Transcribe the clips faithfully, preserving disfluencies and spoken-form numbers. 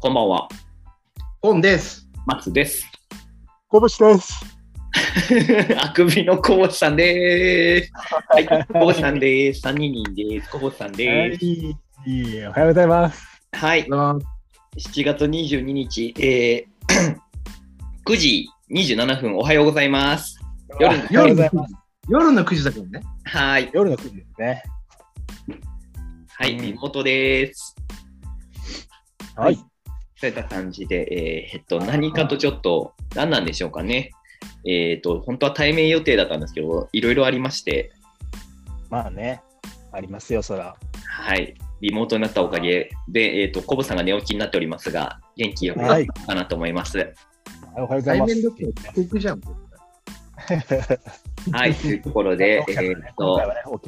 こんばんは。 ポンです。 松です。 こぶしです。 あくびのこぼしさんです。はい、こぼしさんです。さんにんです。こぼしさんです。 はい、おはようございます。 はい。しちがつにじゅうににち、えー、くじにじゅうななふん、おはようございます。 夜の夜の夜のくじだからね。 はい。 夜のくじですね。 はい、リモートです。 はい。 そういった感じで、えー、えっと、何かとちょっと、何なんでしょうかね。えっと、本当は対面予定だったんですけど、いろいろありまして。 まあね、ありますよ、そら。 はい。リモートになったおかげで、えっと、コブさんが寝起きになっておりますが、元気よくなったかなと思います。はい、 おはようございます。 対面だと遅刻じゃん。 はい、というところで、えー、っと、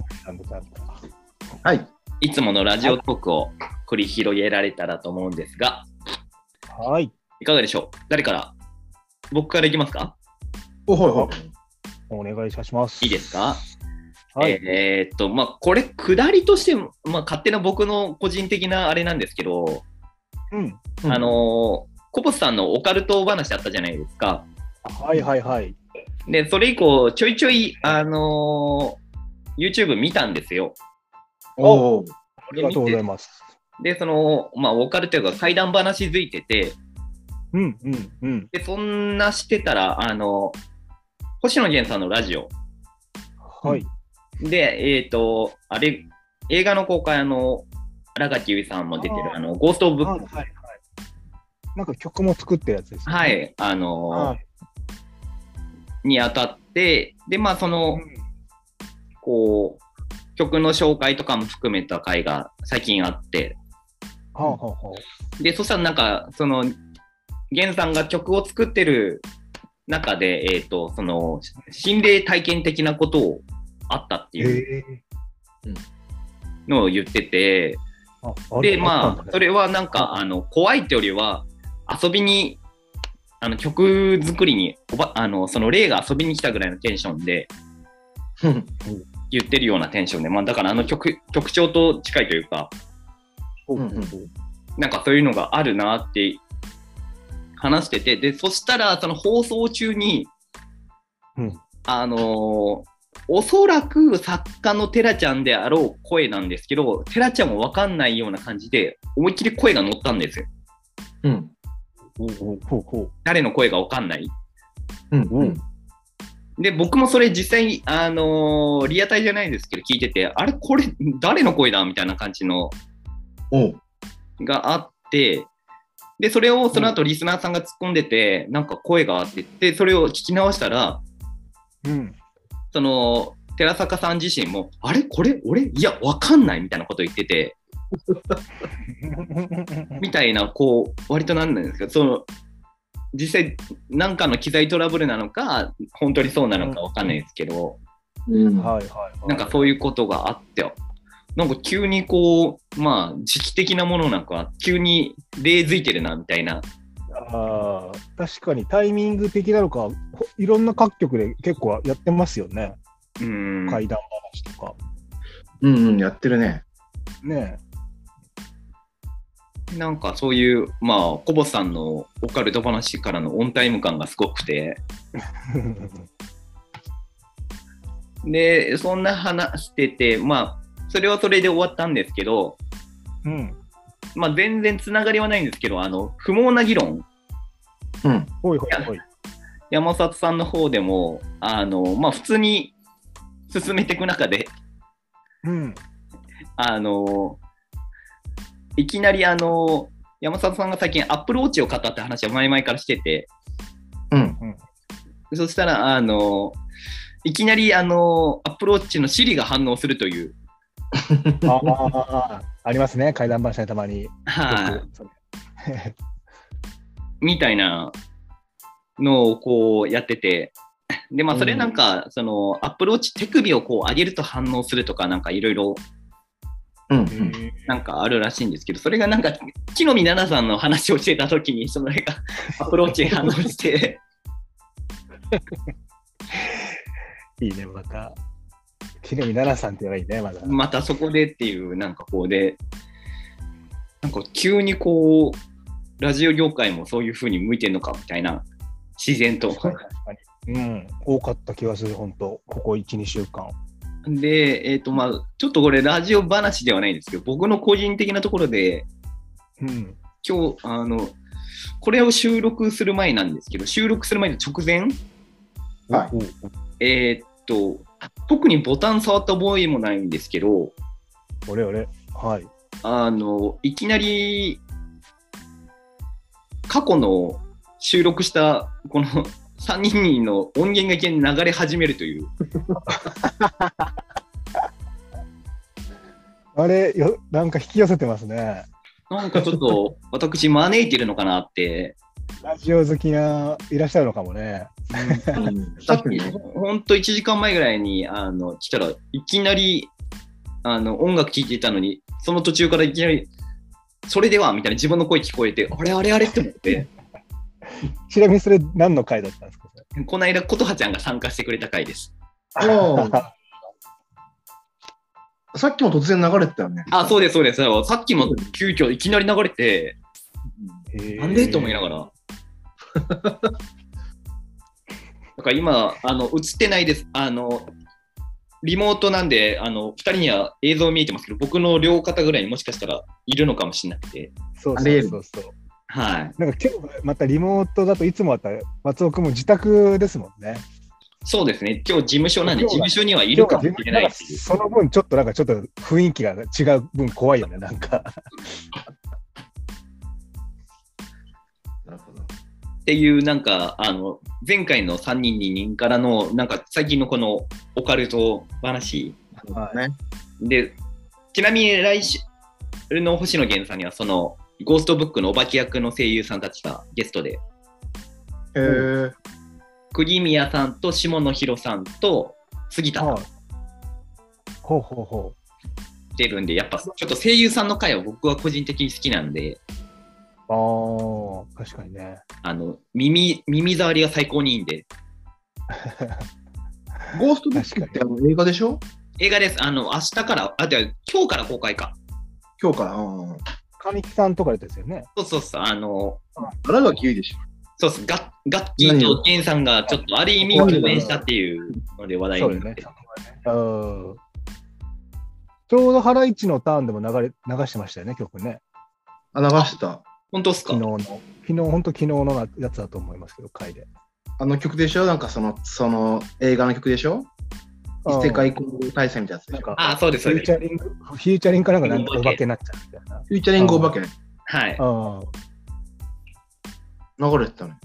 はい。 いつものラジオトークを繰り広げられたらと思うんですが、 はい。 いかがでしょう？誰から？僕からいきますか？ おほいほい。 お願いします。 いいですか？ はい、 えー、っと、まあ、これ、下りとして、まあ、勝手な僕の個人的なあれなんですけど、 うん。 あのー、コボスさんのオカルト話あったじゃないですか。 はいはいはい。 で、それ以降、ちょいちょい、あのー、YouTube 見たんですよ。 おお、ありがとうございます。 で、その、まあ、オカルトというか、怪談話づいてて、 うんうんうん。 で、そんなしてたら、あの、星野源さんのラジオ。 はい。 で、えっ、ー、と、あれ、映画の公開、あの、新垣結衣さんも出てる、あの、ゴースト・オブ・はいはいはい。なんか曲も作ってるやつですね。 はい、あの、 はい、 にあたって、で、まあ、その、うん、こう、曲の紹介とかも含めた回が最近あって、 はあはあはあ、で、そしたらなんか、その、源さんが曲を作ってる中で、えっ、ー、と、その、心霊体験的なことをあったっていうのを言ってて、で、まあ、それはなんか、あの、怖いってよりは、遊びに、あの、曲作りに、おばあの、その霊が遊びに来たぐらいのテンションで、言ってるようなテンションで、まあ、だからあの曲、曲調と近いというか、うんうん、なんかそういうのがあるなって話してて、で、そしたら、その放送中に、うん、あのー、おそらく作家のテラちゃんであろう声なんですけど、テラちゃんもわかんないような感じで、思いっきり声が乗ったんですよ。うん。ほうほうほうほう。誰の声がわかんない。うんうん。で、僕もそれ実際に、あのー、リアタイじゃないですけど、聞いてて、あれこれ誰の声だみたいな感じの、があって、で、それをその後リスナーさんが突っ込んでて、なんか声があってで、それを聞き直したら、うん、その、寺坂さん自身も、あれこれ俺いや、わかんないみたいなこと言ってて、みたいな、こう、割となんなんですか、その、実際、なんかの機材トラブルなのか、本当にそうなのかわかんないですけど、なんかそういうことがあって、なんか急にこう、まあ、時期的なものなんか、急に例づいてるな、みたいな。 ああ、確かにタイミング的なのか、いろんな各局で結構やってますよね。うん。怪談話とか。 うんうん、やってるね。 ねえ。なんかそういう、まあ、コボさんのオカルト話からのオンタイム感がすごくて。で、そんな話してて、まあ、それはそれで終わったんですけど、うん、まあ全然つながりはないんですけど、あの不毛な議論、うん、ほいほいほい山里さんの方でもあの、まあ、普通に進めていく中で、うん、あのいきなりあの山里さんが最近アップルウォッチを買ったって話は前々からしてて、うんうん、そしたらあのいきなりあのアップルウォッチの Siri が反応するというあ, あ, ありますね、怪談話でたまに。 はい、みたいなのをこうやってて、で、まあ、それなんか、うん、その、アップルウォッチ手首をこう上げると反応するとか、なんかいろいろ、なんかあるらしいんですけど、それがなんか、木の実奈々さんの話をしてたときに、それがアップルウォッチに反応して、 いいね、また。木の実奈々さんっていうのがいいね、まだ。 またそこでっていう、なんかこうで、なんか急にこう、 ラジオ業界もそういう風に向いてるのかみたいな、自然と。 確かに。うん、多かった気がする、本当ここいち、にしゅうかん。で、えっと、まあ、ちょっとこれラジオ話ではないんですけど、僕の個人的なところで、 うん、 今日、あの、これを収録する前なんですけど、収録する前の直前、 はい、 えー、っと、特にボタン触った覚えもないんですけど、 俺俺、はい。 あの、いきなり、過去の収録したこのさんにんの音源がいきなり流れ始めるという。 あれよ、なんか引き寄せてますね。 なんかちょっと私招いてるのかなって。 ラジオ好きないらっしゃるのかもね。 さっきほんといちじかんまえぐらいにあの来たらいきなりあの音楽聴いてたのに、その途中からいきなりそれではみたいな自分の声聞こえて、あれあれあれって思って。 ちなみにそれ何の回だったんですか？ この間琴葉ちゃんが参加してくれた回です。 さっきも突然流れてたよね。 あ、そうですそうです。さっきも急遽いきなり流れて、なんでと思いながら。だから今あの映ってないです。あのリモートなんで、あのふたりには映像見えてますけど、僕の両肩ぐらいにもしかしたらいるのかもしれなくて。 そうそうそうそう。 はい。 なんか今日またリモートだといつもあった松尾君も自宅ですもんね。 そうですね。今日事務所なんで、事務所にはいるかもしれないっていう。 その分ちょっとなんかちょっと雰囲気が違う分怖いよね、なんか。 なるほど。 っていうなんかあの前回のさんにんに人からのなんか最近のこのオカルト話、 はい、 でちなみに来週の星野源さんにはそのゴーストブックのお化け役の声優さんたちがゲストで、 へー、 釘宮さんと下野紘さんと杉田さん、はい、 ほうほうほう出るんで、やっぱちょっと声優さんの回は僕は個人的に好きなんで、 ああ、確かにね。 あの 耳, 耳障りが最高にいいんで。 ゴーストブックってあの映画でしょ？ 映画です。あの明日から、あ、で今日から公開か。 今日から。 神木さんとかですよね。 そうそうそう。あの、 荒垣結衣でしょ。 そうです。ガッガッキーとケンさんがちょっとある意味共演したっていうので話題になって。 そうね。ちょうどハライチのターンでも流れ流してましたよね、曲ね。 あ、流した。 本当ですか？ 昨日の、昨日、本当昨日のやつだと思いますけど、回で。 あの曲でしょ？なんかその、その映画の曲でしょ？異世界交流大戦みたいなやつでしょ？ あ、そうです、そうです。 フューチャリング、フューチャリングかなんかなんかお化けになっちゃうみたいな。 フューチャリングお化け。 はい。 流れてたね。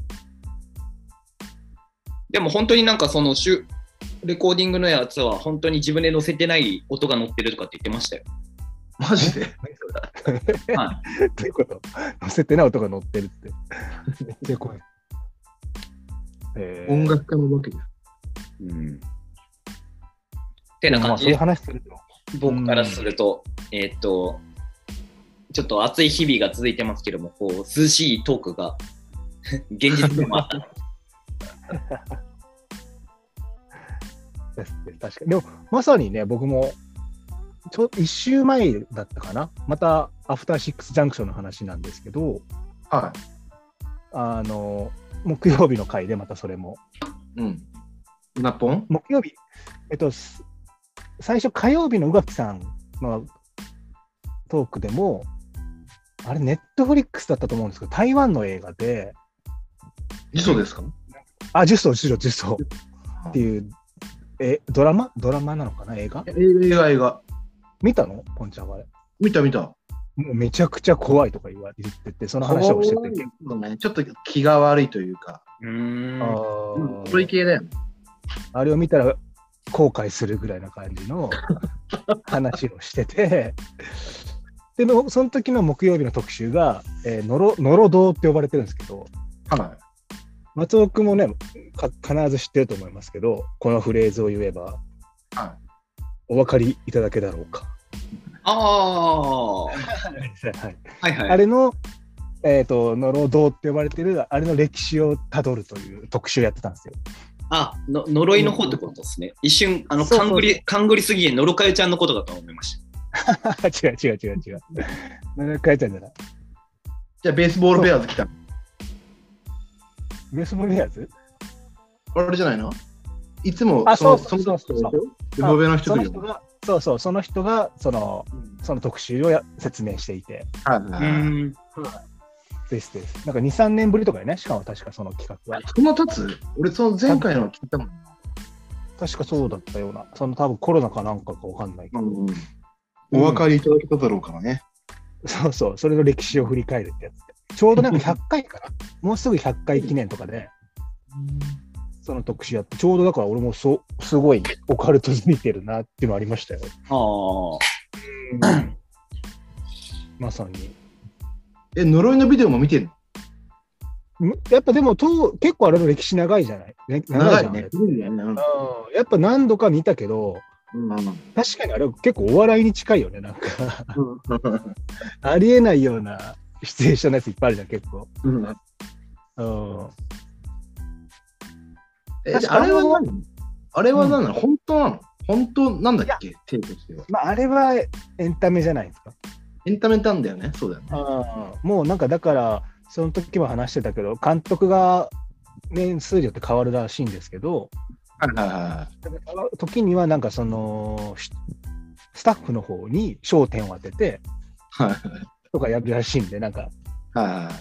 でも本当になんかそのレコーディングのやつは本当に自分で載せてない音が乗ってるとかって言ってましたよ。 マジで？ はい。どういうこと？載せてない音が乗ってるって。めっちゃ怖い。 えー、音楽家のお化けだ。 うん。ってな感じで、 まあ、そういう話すると僕からすると、うん、えー、っと、ちょっと暑い日々が続いてますけども、こう涼しいトークが現実でもあった。 確かに。でも、まさにね、僕もちょいっ週前だったかな、またアフターシックスジャンクションの話なんですけど、 はい。 あの、木曜日の回でまたそれも。 うん。うなぽん？ 木曜日、えっと、最初火曜日の宇垣さんのトークでも、あれネットフリックスだったと思うんですけど、台湾の映画で、 ジュソですか？ あ、ジュソ、ジュソ、ジュソっていう、え、ドラマドラマなのかな、映画映画、映画。 見たの？ポンちゃんは。 見た見た。 もうめちゃくちゃ怖いとか言われてて、その話をしてて、 ね、ちょっと気が悪いというか。 うーん。 ああ。そういう系だよね。 あれを見たら後悔するぐらいな感じの話をしてて、でのその時の木曜日の特集が、えー、のろのろ堂って呼ばれてるんですけど、 はい、 松尾君もね必ず知ってると思いますけど、このフレーズを言えば、 はい、 お分かりいただけだろうか。 ああ、はいはいはい、あれの、えーと、のろ堂って呼ばれてるあれの歴史をたどるという特集をやってたんですよ。 あ、の呪いの方ってことですね。一瞬あのかんぐりかんぐりすぎでのろかよちゃんのことだと思いました。 違う違う違う違う。のろかよちゃんじゃない。 じゃあベースボールベアーズ来た。 ベースボールベアーズあれじゃないの？いつもあ、 そそうそうそうそう。 ベボベの人そ来るよ。 の人が、そうそう、その人がその、その特集をや説明していて。 はいはいはい。 うん。 ですです。なんかに、さんねんぶりとかね、しかも確かその企画は。 そんな経つ？俺、その前回の聞いたもん。 確かそうだったような。その多分コロナかなんかかわかんないけど。 うんうん、お分かりいただけただろうからね。 そうそう、それの歴史を振り返るってやつで。ちょうどなんかひゃっかいかな。もうすぐひゃっかい記念とかで、その特集やって、ちょうどだから俺もそすごいオカルトづいてるなっていうのありましたよ。 ああ。 うん、まさに。 え、呪いのビデオも見てるむやっぱでもと結構あれの歴史長いじゃない、ね、 の？ 長いじゃん、 ね。 ね、 古いよね。 うん、やっぱ何度か見たけど、 うんうん、 確かにあれ結構お笑いに近いよね、なんかありえないようなシチュエーションのやついっぱいあるじゃん、結構。 うん、 うん、 え、あれは何？あれは何なの？本当なの？本当なんだっけ？手としては。 まあ、あれはエンタメじゃないですか。 エンタメなんだよね。そうだよね。 あもうなんかだからその時も話してたけど、監督が年数によって変わるらしいんですけど、 はいはいはい。 時にはなんかそのスタッフの方に焦点を当ててはいとかやるらしいんで、なんかはいはい。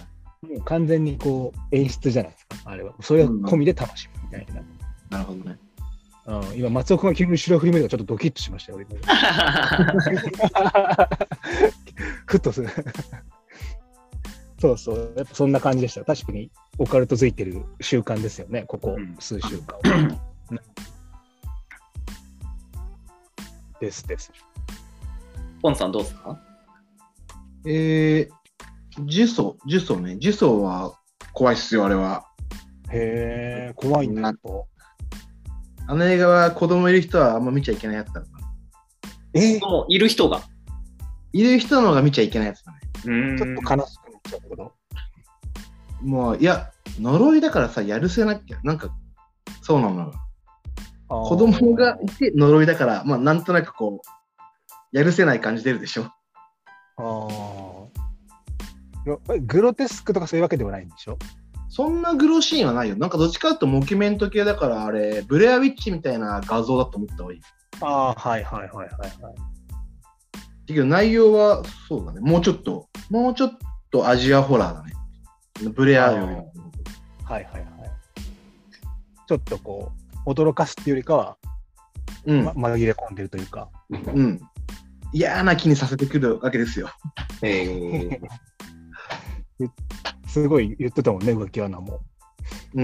もう完全にこう演出じゃないですか、あれは。それ込みで楽しむみたいな。 なるほどね。 うん、今、松尾君が急に後ろ振り向いたからちょっとドキッとしましたよ、俺。ふっとする。そうそう、やっぱそんな感じでした。確かにオカルトづいてる習慣ですよね、ここ数週間は。うん、ですです。 ポンさんどうですか？ えー、呪詛、呪詛ね。呪詛は怖いっすよ、あれは。 へえ、怖いんだと。 あの映画は子供いる人はあんま見ちゃいけないやつだから。 えー、 もういる人がいる人の方が見ちゃいけないやつだね。 うんちょっと悲しくなっちゃうけど。 もう、いや、呪いだからさ、やるせなきゃ、なんか、そうなのよ。子供がいて呪いだから、まあ、なんとなくこう、やるせない感じ出るでしょ。 ああ。グロテスクとかそういうわけではないんでしょ？ そんなグロシーンはないよ。なんかどっちかというとモキュメント系だから、あれ、ブレアウィッチみたいな画像だと思った方がいい。 ああ、はいはいはいはいはい。 だけど内容は、そうだね。もうちょっと、もうちょっとアジアホラーだね。ブレアよりも。 はいはいはい。ちょっとこう、驚かすっていうよりかは、 うん、 ま、紛れ込んでるというか。 うん。嫌な気にさせてくるわけですよ。 えー、すごい言ってたもんね、浮気穴も。 うん。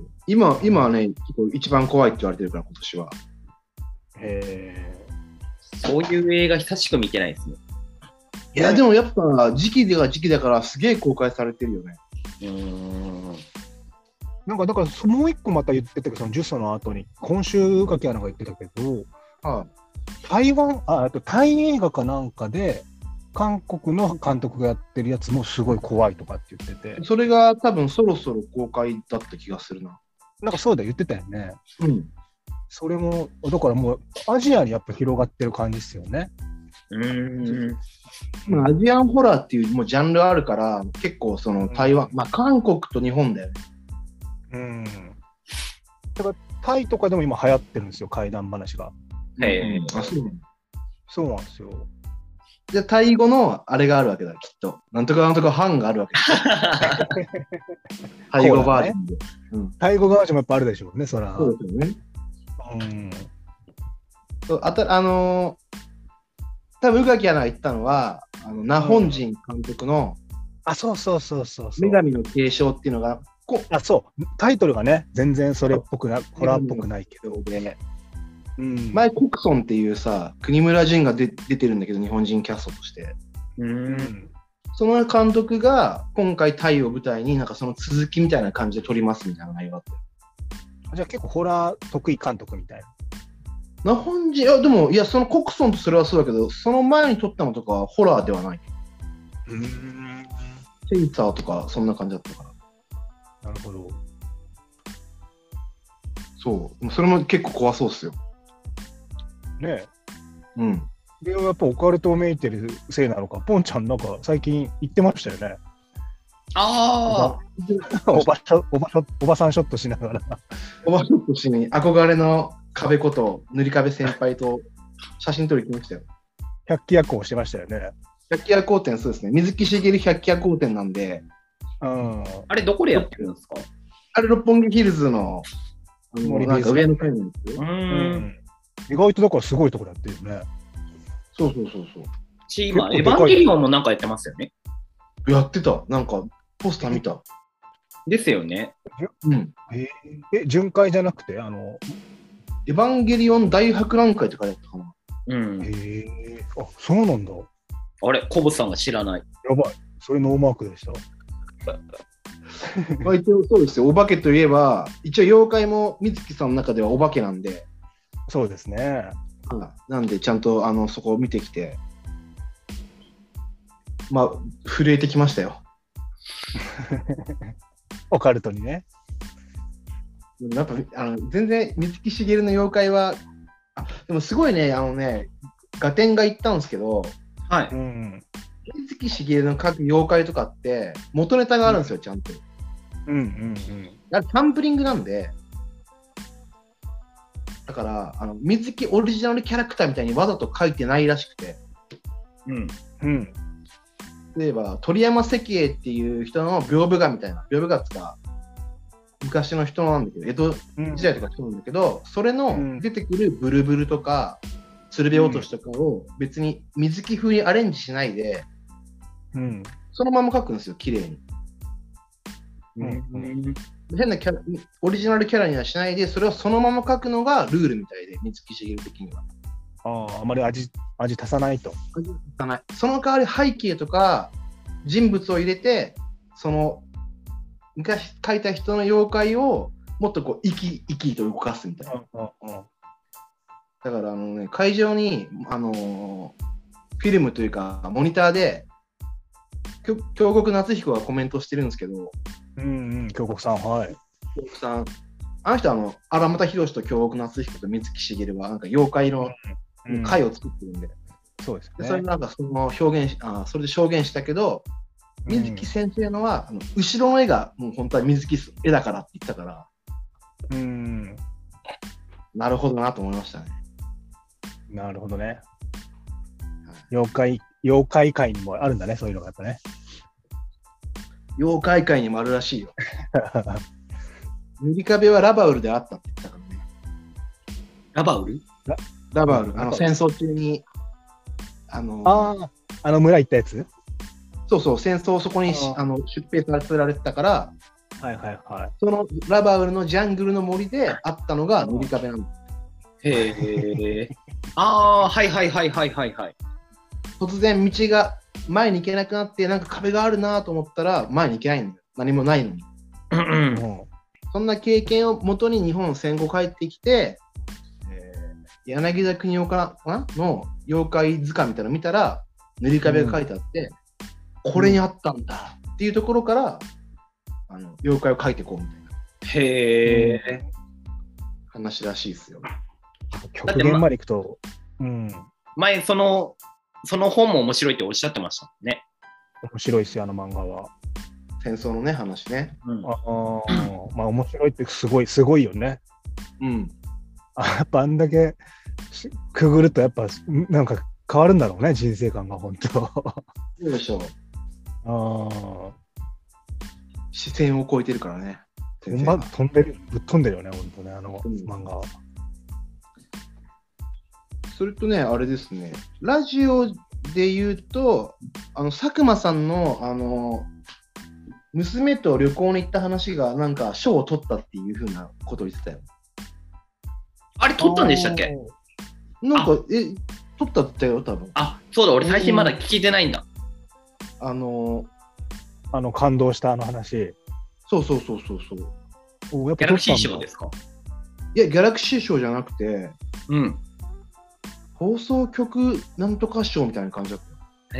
今、今はね、一番怖いって言われてるから、今年は。 へー、そういう映画久しく見てないですね。 いや、でもやっぱ時期では時期だからすげえ公開されてるよね。 うーん。 なんかだからもう一個また言ってたけど、そのじゅっさいの後に今週浮気穴が言ってたけど、 はい、 台湾、あ、あとタイ映画かなんかで韓国の監督がやってるやつもすごい怖いとかって言ってて、 それが多分そろそろ公開だった気がするな。 なんかそうだ言ってたよね。 うん。 それもだからもうアジアにやっぱ広がってる感じですよね。 うーん。 まあ、アジアンホラーっていうもうジャンルあるから結構その台湾、うん、まあ韓国と日本だよね。 うん。だからタイとかでも今流行ってるんですよ、怪談話が。 へー、あ、そうなんそうなんですよ。 じゃあタイ語のあれがあるわけだ、きっと。なんとかなんとかハンがあるわけだ。タイ語バージョンで。 うん、タイ語バージョンもやっぱあるでしょうね、そら。 そうですよね。 うん。 そうあたあのー、多分宇垣アナが言ったのは、あのナホンジン監督の、 うん、あ、そうそうそうそうそう。 女神の継承っていうのが、 こあ、そう、タイトルがね、全然それっぽくな、ホラーっぽくないけど。 うん、前、コクソンっていうさ、国村淳がで出てるんだけど、日本人キャストとして。 うん。 その監督が、今回、タイを舞台に、なんかその続きみたいな感じで撮りますみたいな内容があって。 じゃあ結構ホラー得意監督みたいな。日本人、いや、でも、いや、そのコクソンとそれはそうだけど、その前に撮ったのとかはホラーではない。 うん。 チェイサーとか、そんな感じだったから。 なるほど。 そう。それも結構怖そうっすよ。 ねえ。 うん。 でもやっぱオカルトをめいてるせいなのか、ポンちゃんなんか最近言ってましたよね。 ああ。おばしょおばしょおばさんショットしながら。 おばショットしに憧れの壁こと塗り壁先輩と写真撮りに来ましたよ。 百鬼夜行してましたよね。 百鬼夜行展、そうですね。水木しげる百鬼夜行展なんで、 うん。 あれどこでやってるんですか？ あれ六本木ヒルズの、あのなんか上の階なんですよ。 うーん。 意外とだからすごいところやってるよね。 そうそうそうそう。 し、今、エヴァンゲリオンもなんかやってますよね。 やってた。なんか、ポスター見た。 ですよね。 うん。 えー、え、巡回じゃなくて、あの、 エヴァンゲリオン大博覧会とかやったかな。 うん。 へえー、あ、そうなんだ。 あれ、コブさんが知らない。 やばい。それノーマークでした。 まあ一応そうですよ。お化けといえば、一応妖怪も水木さんの中ではお化けなんで、 そうですね。 なんでちゃんとあのそこを見てきて、まあ、震えてきましたよ。 オカルトにね。 やっぱあの全然水木しげるの妖怪は、あでもすごいね、あのね、ガテンが言ったんですけど、 はい。 うん、 水木しげるの描く妖怪とかって元ネタがあるんですよ、ちゃんと。 うんうんうん。 あれサンプリングなんで、だからあの水木オリジナルキャラクターみたいにわざと描いてないらしくて、 うんうん、 例えば鳥山石英っていう人の屏風画みたいな、屏風画ってか昔の人なんだけど、江戸時代とか人なんだけど、うん、それの出てくるブルブルとか鶴瓶落としとかを別に水木風にアレンジしないで、 うん、 そのまま描くんですよ、綺麗に。 うんうん、 変なキャラ、オリジナルキャラにはしないで、それをそのまま描くのがルールみたいで、水木しげる的には。 ああ、あまり味、味足さないと。 味足さない。その代わり背景とか人物を入れて、その昔描いた人の妖怪をもっとこう生き生きと動かすみたいな。 うんうんうん、 だからあの、ね、会場に、あのー、フィルムというかモニターで京極夏彦がコメントしてるんですけど、 うんうん、京極さん、はい。 京極さん、あの人はあの荒俣宏と京極夏彦と水木しげるはなんか妖怪の会を作ってるんで、うんうん、そうですね。 でそれなんかその表現あそれで証言したけど、水木先生のは、うん、あの後ろの絵がもう本当は水木絵だからって言ったから、 うん、 なるほどなと思いましたね。 なるほどね。はい、妖怪妖怪界にもあるんだね、そういうのがやっぱね。 妖怪界にもあるらしいよ。塗り壁はラバウルであったって言ったからね。 ラバウル？ ラ, ラバウル、あの戦争中に、あのー、ああの村行ったやつ？ そうそう、戦争そこにあの出兵させられてたから、 はいはいはい。 そのラバウルのジャングルの森であったのが塗り壁なんです。 へえ。ああ、はいはいはいはいはいはい。 突然道が前に行けなくなって、なんか壁があるなと思ったら前に行けないんだよ。何もないのに。 うんうん、 そんな経験をもとに日本戦後帰ってきて、えー、柳田国男かなの妖怪図鑑みたいなの見たら塗り壁が書いてあって、うん、これにあったんだっていうところから、あの妖怪を描いていこうみたいな。 へえ。 話らしいですよ。 極限までいくと、 うん、前そのその本も面白いっておっしゃってましたね。 面白いですよ、あの漫画は。 戦争のね、話ね。 うん、あまあ、面白いってすごい、すごいよね。 うん。 あやっぱあんだけくぐると、やっぱなんか変わるんだろうね、人生観が、本当。 そうでしょう。あ視線を超えてるからね。 飛んば飛んでる、ぶっ飛んでるよね、本当ね、あの漫画は。 それとね、あれですね、ラジオで言うと、あの佐久間さんの、あの娘と旅行に行った話が、なんか賞を取ったっていうふうなことを言ってたよ。 あれ、取ったんでしたっけ？ なんか、え、取ったってよ、多分。 あ、そうだ、俺、最近まだ聞いてないんだ。 あの、 あの感動したあの話。 そうそうそうそうそう。 おやっぱギャラクシー賞ですか？ いや、ギャラクシー賞じゃなくて、 うん。 放送局なんとか賞みたいな感じだった。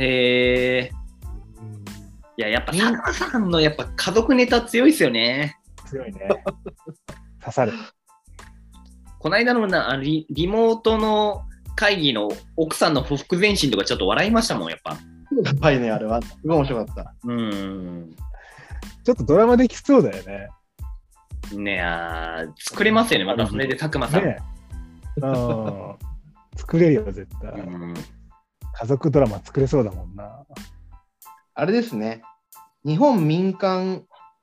へえ。いや、やっぱ佐久間さんのやっぱ家族ネタ強いですよね。 強いね。刺さる。 この間のなリ、リモートの会議の奥さんの不服前進とかちょっと笑いましたもん、やっぱ。 やばいね、あれは。すごい面白かった。 うん。 ちょっとドラマできそうだよね。 ねえ、あー作れますよね、またそれで佐久間さん。 ねえ。うん。作れるよ、絶対。 うん、 家族ドラマ作れそうだもんな。 あれですね。日本民間、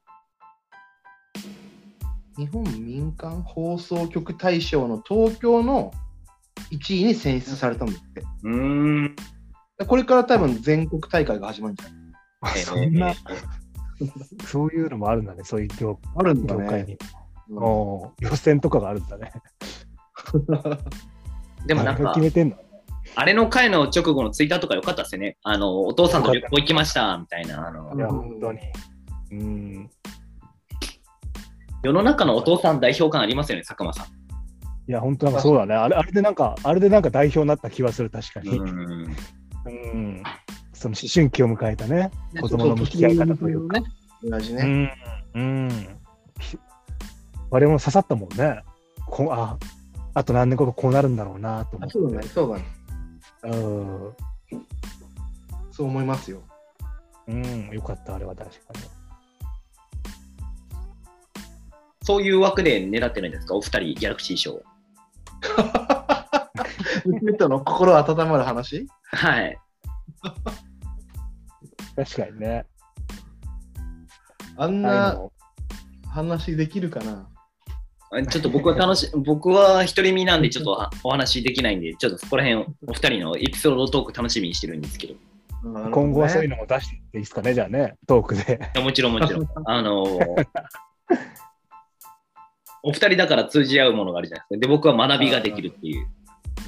日本民間放送局大賞の東京のいちいに選出されたんだって。 うーん。 これから多分全国大会が始まるんじゃない？ そんな、そういうのもあるんだね、そういう業あるんだね業界に。 うん、 お予選とかがあるんだね。 でもなんか、 決めてんのあれの回の直後のツイッターとか良かったですよね。あの、お父さんと旅行行きましたみたいな。あのいや、本当に。うん。 世の中のお父さん代表感ありますよね、佐久間さん。 いや、本当なんかそうだね。あれ、あれでなんか、あれでなんか代表になった気はする、確かに。 うん。 うん。その思春期を迎えたね、子供の向き合い方というか。 同じね。 うん。うん。我々も刺さったもんね。こあ、あと何年後かこうなるんだろうなと思って。 そうだね、そうだね。 うん。 そう思いますよ。 うん、よかった、あれは確かに。 そういう枠で狙ってないんですか、お二人、ギャラクシー賞。 娘との心温まる話？ はい。 確かにね。 あんな話できるかな？ ちょっと僕は楽し僕は独り身なんでちょっとお話できないんで、ちょっとそこら辺お二人のエピソードトーク楽しみにしてるんですけど。 今後はそういうのも出していっていいですかね、じゃあね、トークで。 もちろんもちろん。あのー、お二人だから通じ合うものがあるじゃないですか。で、僕は学びができるっていう。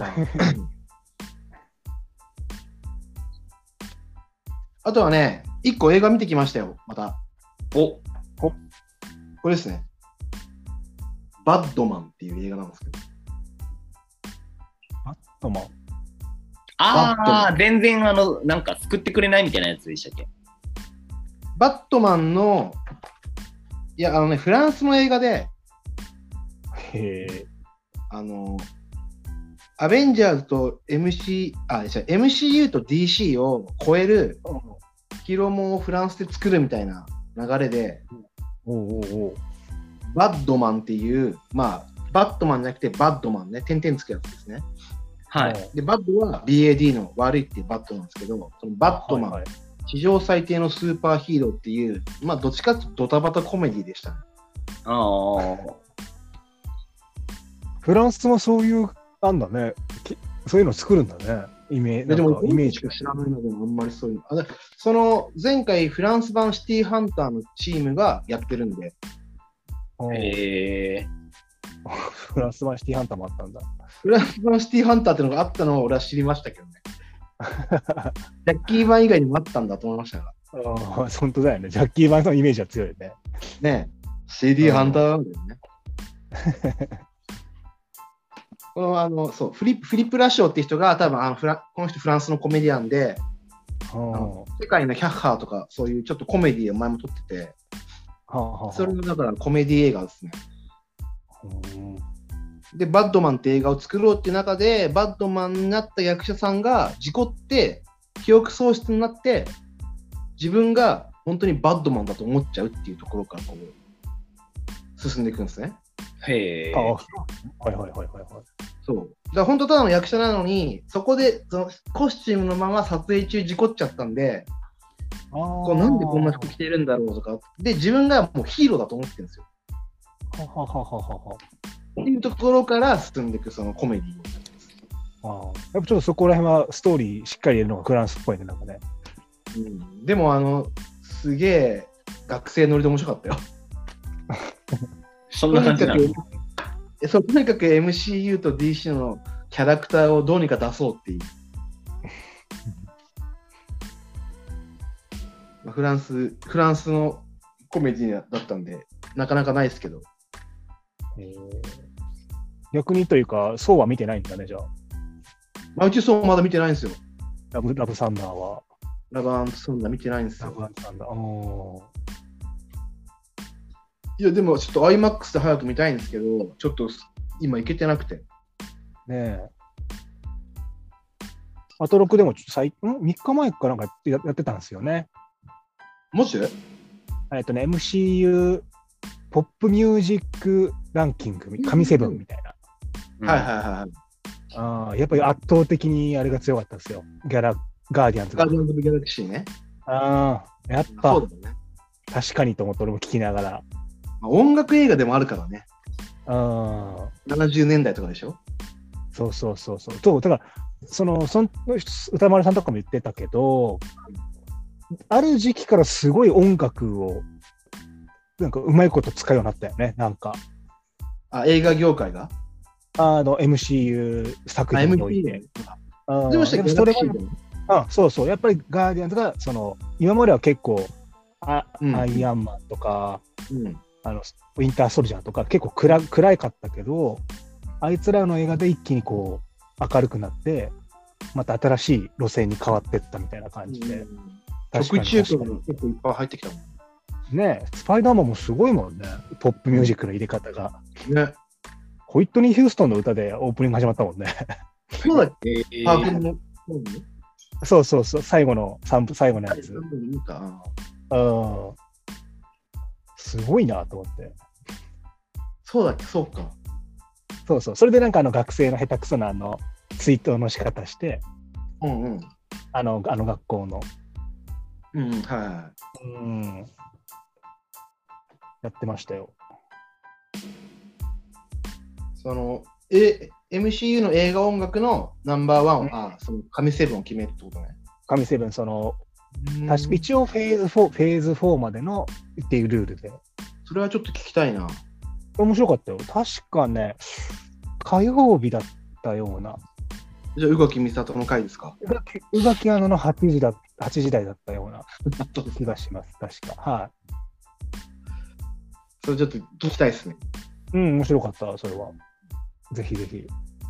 あとはね、一個映画見てきましたよ、また。 おおこれですね。バッドマンっていう映画なんですけど。 バッドマンああ、全然あの、なんか救ってくれないみたいなやつでしたっけ？ バットマンの、いや、あのね、フランスの映画で、 へあの、アベンジャーズと エムシー、あ、違う、エムシーユー と ディーシー を超えるヒロモンをフランスで作るみたいな流れで、 おうおうおうバッドマンっていう、まあ、バットマンじゃなくてバッドマンね、点々つくやつですね。 はい。 で、バッドは ビーエーディー の悪いっていうバッドなんですけど、そのバットマン、はいはい、史上最低のスーパーヒーローっていう、まあ、どっちかっていうとドタバタコメディでしたね。 ああ。 フランスもそういう、なんだね、そういうの作るんだね、イメージ。 でも、イメージしか知らないので、あんまりそういうの。あ、その前回、フランス版シティハンターのチームがやってるんで。 へえ。 フランス版シティハンターもあったんだ。 フランス版シティハンターっていうのがあったのを俺は知りましたけどね。ジャッキー版以外にもあったんだと思いましたが。 ああ、本当だよね。ジャッキー版のイメージは強いよね。 ねえ、シティハンターなんだよね。このあのそうフリップ、フリップ・ラッショーっていう人が多分あのフラこの人フランスのコメディアンで、あの世界のヒャッハーとかそういうちょっとコメディを前も撮ってて、はあはあ、それがだからコメディ映画ですね。で、バッドマンって映画を作ろうっていう中で、バッドマンになった役者さんが事故って記憶喪失になって自分が本当にバッドマンだと思っちゃうっていうところからこう進んでいくんですね。 へえ。 ああ、はいはいはいはいはい。 そう。だから本当ただの役者なのに、そこでそのコスチュームのまま撮影中事故っちゃったんで、あこうなんでこんな服着てるんだろうとか、で、自分がもうヒーローだと思ってるんですよ。 はははははっていうところから進んでいくそのコメディー。 ああ、やっぱちょっとそこら辺はストーリーしっかり入れるのがフランスっぽいね、なんかね。 うん、でもあの、すげえ学生乗りで面白かったよ。 そんな感じなの？ そう、とにかく エムシーユー と ディーシー のキャラクターをどうにか出そうっていう。まあ、フランス、フランスのコメディだったんで、なかなかないですけど。 えー、逆にというか、そうは見てないんだね、じゃあ。 まあ、うちそうまだ見てないんですよ。 ラブ、ラブサンダーは。 ラブサンダー見てないんですよ。 ラブサンダー。おいや、でもちょっと アイマックス で早く見たいんですけど、ちょっと今行けてなくて。 ねえ。アトロクでもちょっと最んみっかまえかなんかやって、やってたんですよね。 もしえっとね、エムシーユー ポップミュージックランキング、神セブンみたいな。はいはいはい。 あやっぱり圧倒的にあれが強かったですよ。ギャラ、ガーディアンズが。 ガーディアンズ・オブ・ギャラクシーね。 ああ、やっぱ、そうだね、確かにと思って俺も聞きながら。 まあ、音楽映画でもあるからね。 あななじゅうねんだいとかでしょ。 そうそうそうそう。そうだからそのその歌丸さんとかも言ってたけど、ある時期からすごい音楽をなんかうまいこと使うようになったよね。なんかあ、映画業界があの エムシーユー 作品において。 あ、でもそれはあ、そうそう。やっぱりガーディアンズがその今までは結構あ、うん、アイアンマンとか、うん、あのウィンターソルジャーとか結構暗暗いかったけど、あいつらの映画で一気にこう明るくなってまた新しい路線に変わっていったみたいな感じで、 曲中華が結構いっぱい入ってきたもんね。スパイダーマンもすごいもんね、ポップミュージックの入れ方が、 ね、 ホイットニー・ヒューストンの歌でオープニング始まったもんね。 そうだっけ、えー、パークのそうそうそう、最後の散歩、最後のやつ。うん、すごいなと思って。 そうだっけ、そうか。 そうそう、それでなんかあの学生の下手くそなあのツイートの仕方して、 うんうん、 あのあの学校の、 うん、はい、 うん、やってましたよ。 そのえ エムシーユー の映画音楽のナンバーワンを、うん、あその神セブンを決めるってことね。 神セブン、その確か一応フェーズフォー、フェーズフォーまでのっていうルールで。 それはちょっと聞きたいな。 面白かったよ。確かね、火曜日だったような。 じゃあ、宇垣美里の回ですか？ 宇垣あののはちじだ、はちじ台だったような気がします。確か。はい。 それちょっと聞きたいですね。 うん、面白かった、それは。ぜひぜひ。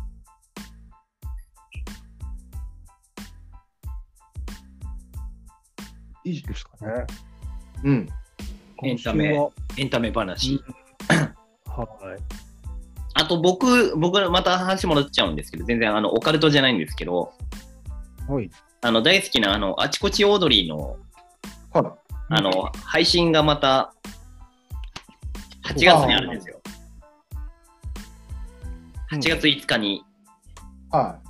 いいですかね。 うん。エンタメ、エンタメ話。うん、 はい。 あと僕、僕また話戻っちゃうんですけど、全然あのオカルトじゃないんですけど、 はい。 あの大好きなあのあちこちオードリーの、 はい、 あの配信がまたはちがつにあるんですよ。はちがついつかに、 はい。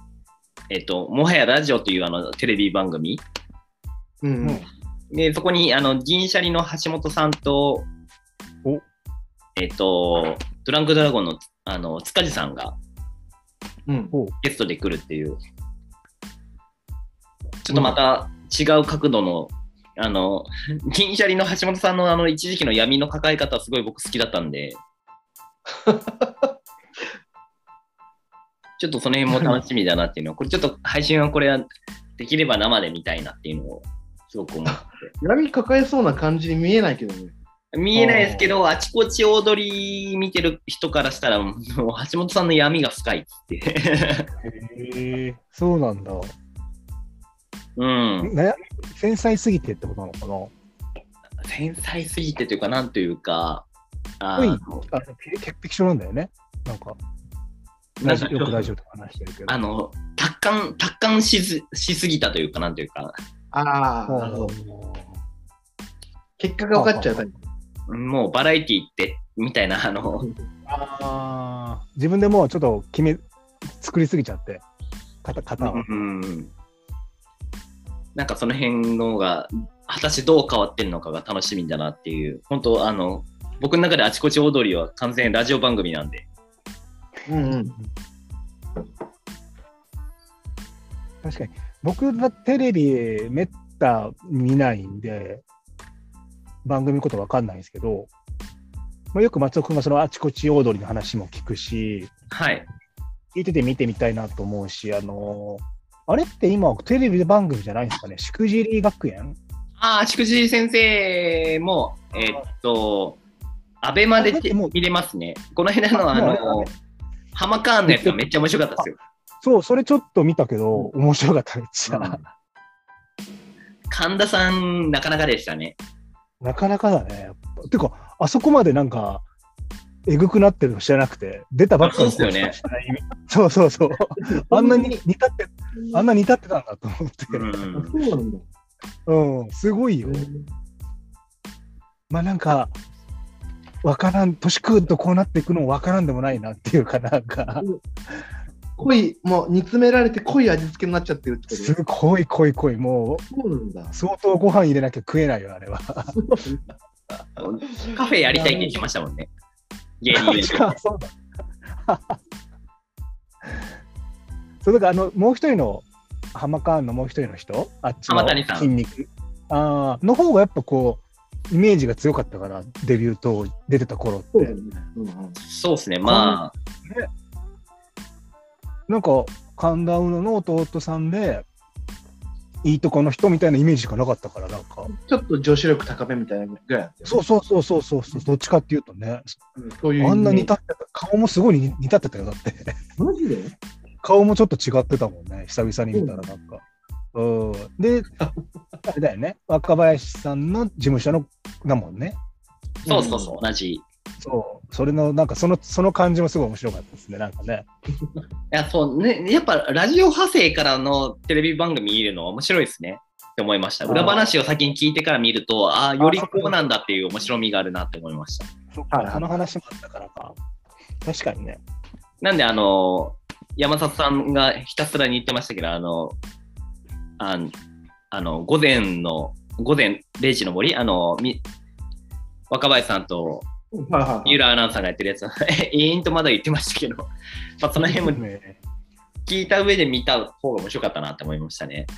えっと、もはやラジオというあのテレビ番組。 うんうん、 でそこにあの銀シャリの橋本さんと、 おえっと、ドランクドラゴンのあの塚地さんが、 うん、 ゲストで来るっていう、ちょっとまた違う角度の、うん、あの銀シャリの橋本さんのあの一時期の闇の抱え方はすごい僕好きだったんでちょっとその辺も楽しみだなっていうのは、これちょっと配信はこれはできれば生で見たいなっていうのをすごく思って。 闇抱えそうな感じに見えないけどね。 見えないですけど、あちこち踊り見てる人からしたら、もう橋本さんの闇が深いって。 へえ、そうなんだ。 うん。 ね、繊細すぎてってことなのかな。 繊細すぎてというか、なんというか、 あのあ潔癖症なんだよね。なんか。ラジよくラジオとか話してるけど。 あの、達観、達観しす、しすぎたというか、なんというか。 ああ、結果が分かっちゃうタイプ。 もうバラエティーってみたいな、あの。 あ自分でもうちょっと決め、作りすぎちゃって、型、型を。 うん。なんかその辺のが、果たしてどう変わってるのかが楽しみだなっていう、本当、あの、僕の中であちこちオードリーは完全にラジオ番組なんで。 うんうん。 確かに。僕はテレビめった見ないんで、番組のことわかんないんですけど、まあ、よく松尾君がそのあちこちオードリーの話も聞くし、 はい。 聞いてて見てみたいなと思うし、あのー、あれって今テレビ番組じゃないんですかね、しくじり学園？ ああ、しくじり先生も、えー、っと、アベマで見れますね。この間のあの、ハマカーンのやつがめっちゃ面白かったですよ。 そう、それちょっと見たけど、面白かっためっちゃ、うん。 神田さん、なかなかでしたね。 なかなかだね。やっぱてか、あそこまでなんか、えぐくなってるの知らなくて、出たばっかりそうですよね。 そうそうそう。あんなに似立って、あんな似立ってたんだと思って。 うん、そうなんだ。 うん、すごいよ。 まあなんか、わからん、年食うとこうなっていくのもわからんでもないなっていうかなんか。 濃い、もう煮詰められて濃い味付けになっちゃってるってことすごい濃い濃い、もう、 そうなんだ。 相当ご飯入れなきゃ食えないよ、あれは。 カフェやりたいって言ってましたもんね。芸人で。 そうだ。そうだからあのもう一人のハマカーンのもう一人の人、あっちの筋肉あの方がやっぱこうイメージが強かったから、デビューと出てた頃って。 そうですね、まあ。 ね、なんか神田うのの弟さんでいいとこの人みたいなイメージしかなかったから、なんかちょっと女子力高めみたいなぐらいだったよね。 そうそうそうそうそうそう、どっちかっていうとね、 うん、そういうあんな似立ってた、顔もすごい似立ってたよだって。 マジで？ 顔もちょっと違ってたもんね、久々に見たらなんか。うん、で、あれだよね、若林さんの事務所のだもんね。 そうそうそう、同じ。 そう、それのなんかそのその感じもすごい面白かったですね、なんかね。 いや、そうね、やっぱラジオ派生からのテレビ番組見るのは面白いですねって思いました。裏話を先に聞いてから見ると、ああ、よりこうなんだっていう面白みがあるなって思いました。 そっか、その話もあったからか。確かにね。 なんで、あの、山里さんがひたすらに言ってましたけど、あの、ああの午前の、午前れいじの森、あの、み若林さんと三浦アナウンサーがやってるやつは、えーんとまだ言ってましたけど、まあ、その辺も聞いた上で見た方が面白かったなって思いましたね。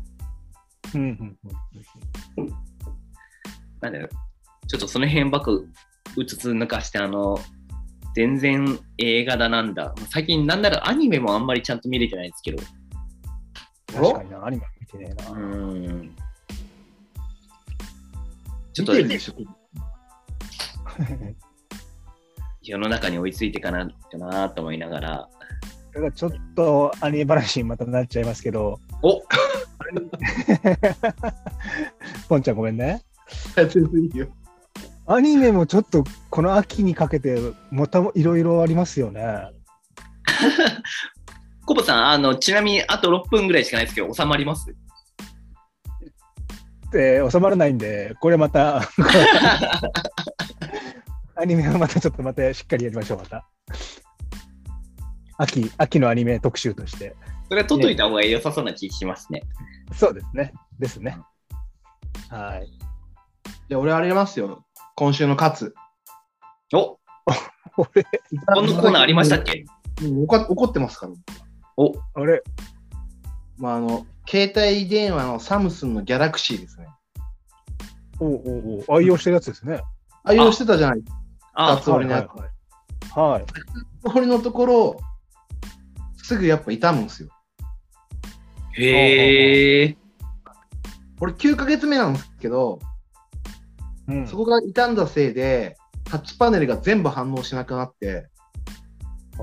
なんで、ちょっとその辺ばっかうつつ抜かして、あの、全然映画だなんだ。最近なんならアニメもあんまりちゃんと見れてないですけど。 確かにな、アニメ見てねえな。 うん。 ちょっと世の中に追いついていかなきゃなと思いながら。 だからちょっとアニメ話にまたなっちゃいますけど。 おポンちゃんごめんね。 全然いいよ。 アニメもちょっとこの秋にかけてまたいろいろありますよね。 コボさん、あのちなみにあとろっぷんぐらいしかないですけど、収まります？ で収まらないんで、これまたアニメはまたちょっとまたしっかりやりましょう。また秋、秋のアニメ特集として。 それは取っといた方が良さそうな気がしますね。 そうですね。ですね。はい。 じゃあ俺ありますよ。今週の勝つ。 お俺、こんなコーナーありましたっけ？ 怒怒ってますから。 おあれまああの、携帯電話のサムスンのギャラクシーですね。 おうおうおう、愛用してるやつですね。 愛用してたじゃない。 あ二つ折りのやつ。 はい。 二つ折りのところ、すぐやっぱ傷むんですよ。 へー。 俺きゅうかげつめなんですけど、うん、そこが傷んだせいで、タッチパネルが全部反応しなくなって、 あ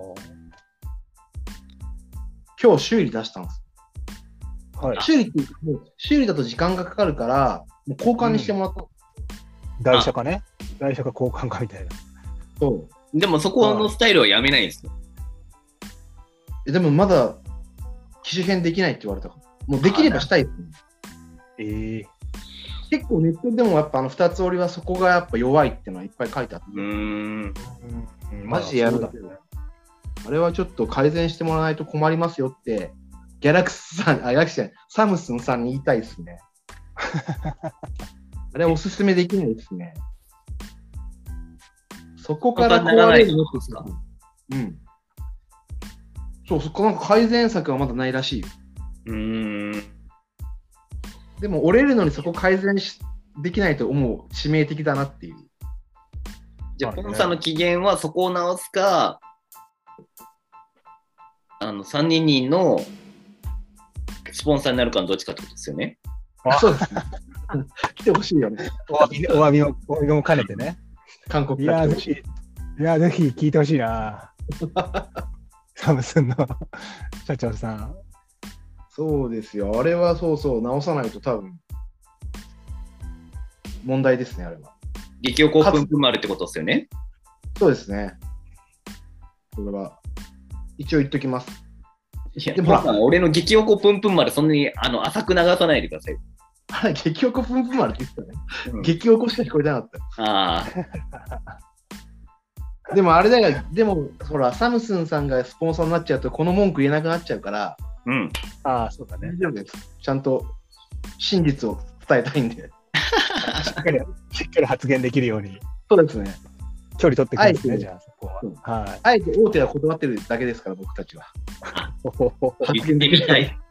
今日修理出したんです。 はい、 修理っていうか、もう修理だと時間がかかるから、もう交換にしてもらった、うん。 台車かね、台車か交換かみたいな。 そう。 でもそこのスタイルはやめないんですよ。 でもまだ機種変できないって言われたから、もうできればしたいですね。 えー、 結構ネットでもやっぱあのふたつ折りはそこがやっぱ弱いっていうのはいっぱい書いてあって。 うーん。 マジでやるだけど、あれはちょっと改善してもらわないと困りますよって、ギャラクスさん、あ、ギャラクシーじゃない、サムスンさんに言いたいですね。あれはおすすめできないですね。そこから壊れるのってさ、うん。そう、そこなんか改善策はまだないらしいよ。 うーん。 でも折れるのにそこ改善しできないと思う致命的だなっていう。 じゃあ、ポンさんの機嫌はそこを直すか、あのさんにんにんのスポンサーになるかのどっちかってことですよね。 あ、そうですね。来てほしいよね。 お詫び、お詫びを、お詫びも兼ねてね。 韓国いや、ぜひ、いや、ぜひ聞いてほしいな。サムスンの社長さん。 そうですよ。あれはそうそう、直さないと多分、問題ですね、あれは。 激おこぷんぷん丸ってことですよね。 そうですね。これは、一応言っときます。 いや、でも俺の激おこぷんぷん丸、そんなにあの浅く流さないでください。 あれ、激おこぷんぷん丸って言ってたね。 うん、 激おこしか聞こえなかっあた。でもあれだよ、でも、ほら、サムスンさんがスポンサーになっちゃうと、この文句言えなくなっちゃうから、 うん。 ああ、そうだね。 大丈夫です。ちゃんと真実を伝えたいんで。 しっかり、しっかり発言できるように。 そうですね。 距離取ってくるんですね、じゃあ、そこは。 うん、 はい。 あえて大手は断ってるだけですから、僕たちは。 言ってみたい。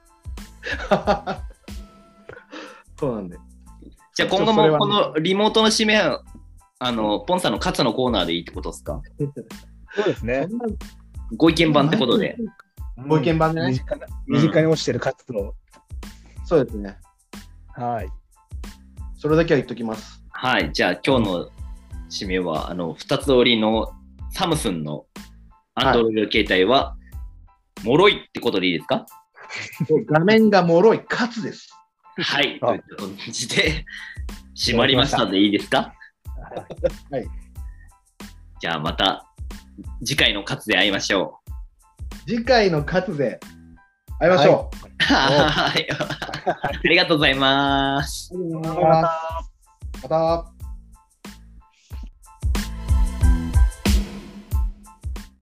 そうなんで。 じゃあ今後もこのリモートの締めは、あの、ポンさんの勝のコーナーでいいってことですか？ そうですね。 ご意見番ってことで。 ご意見番でね。 身近な、身近に落ちてる活動、うん。 そうですね。 はい。 それだけは言っときます。 はい。じゃあ今日の締めは、あの、二つ折りのサムスンのアンドロイド携帯は、脆いってことでいいですか？ 画面が脆い、かつです。 はい。といった感じで、締まりましたのでいいですか？ はい。 じゃあまた次回のカツで会いましょう。 次回のカツで会いましょう。 はい。ありがとうございます。 また。また。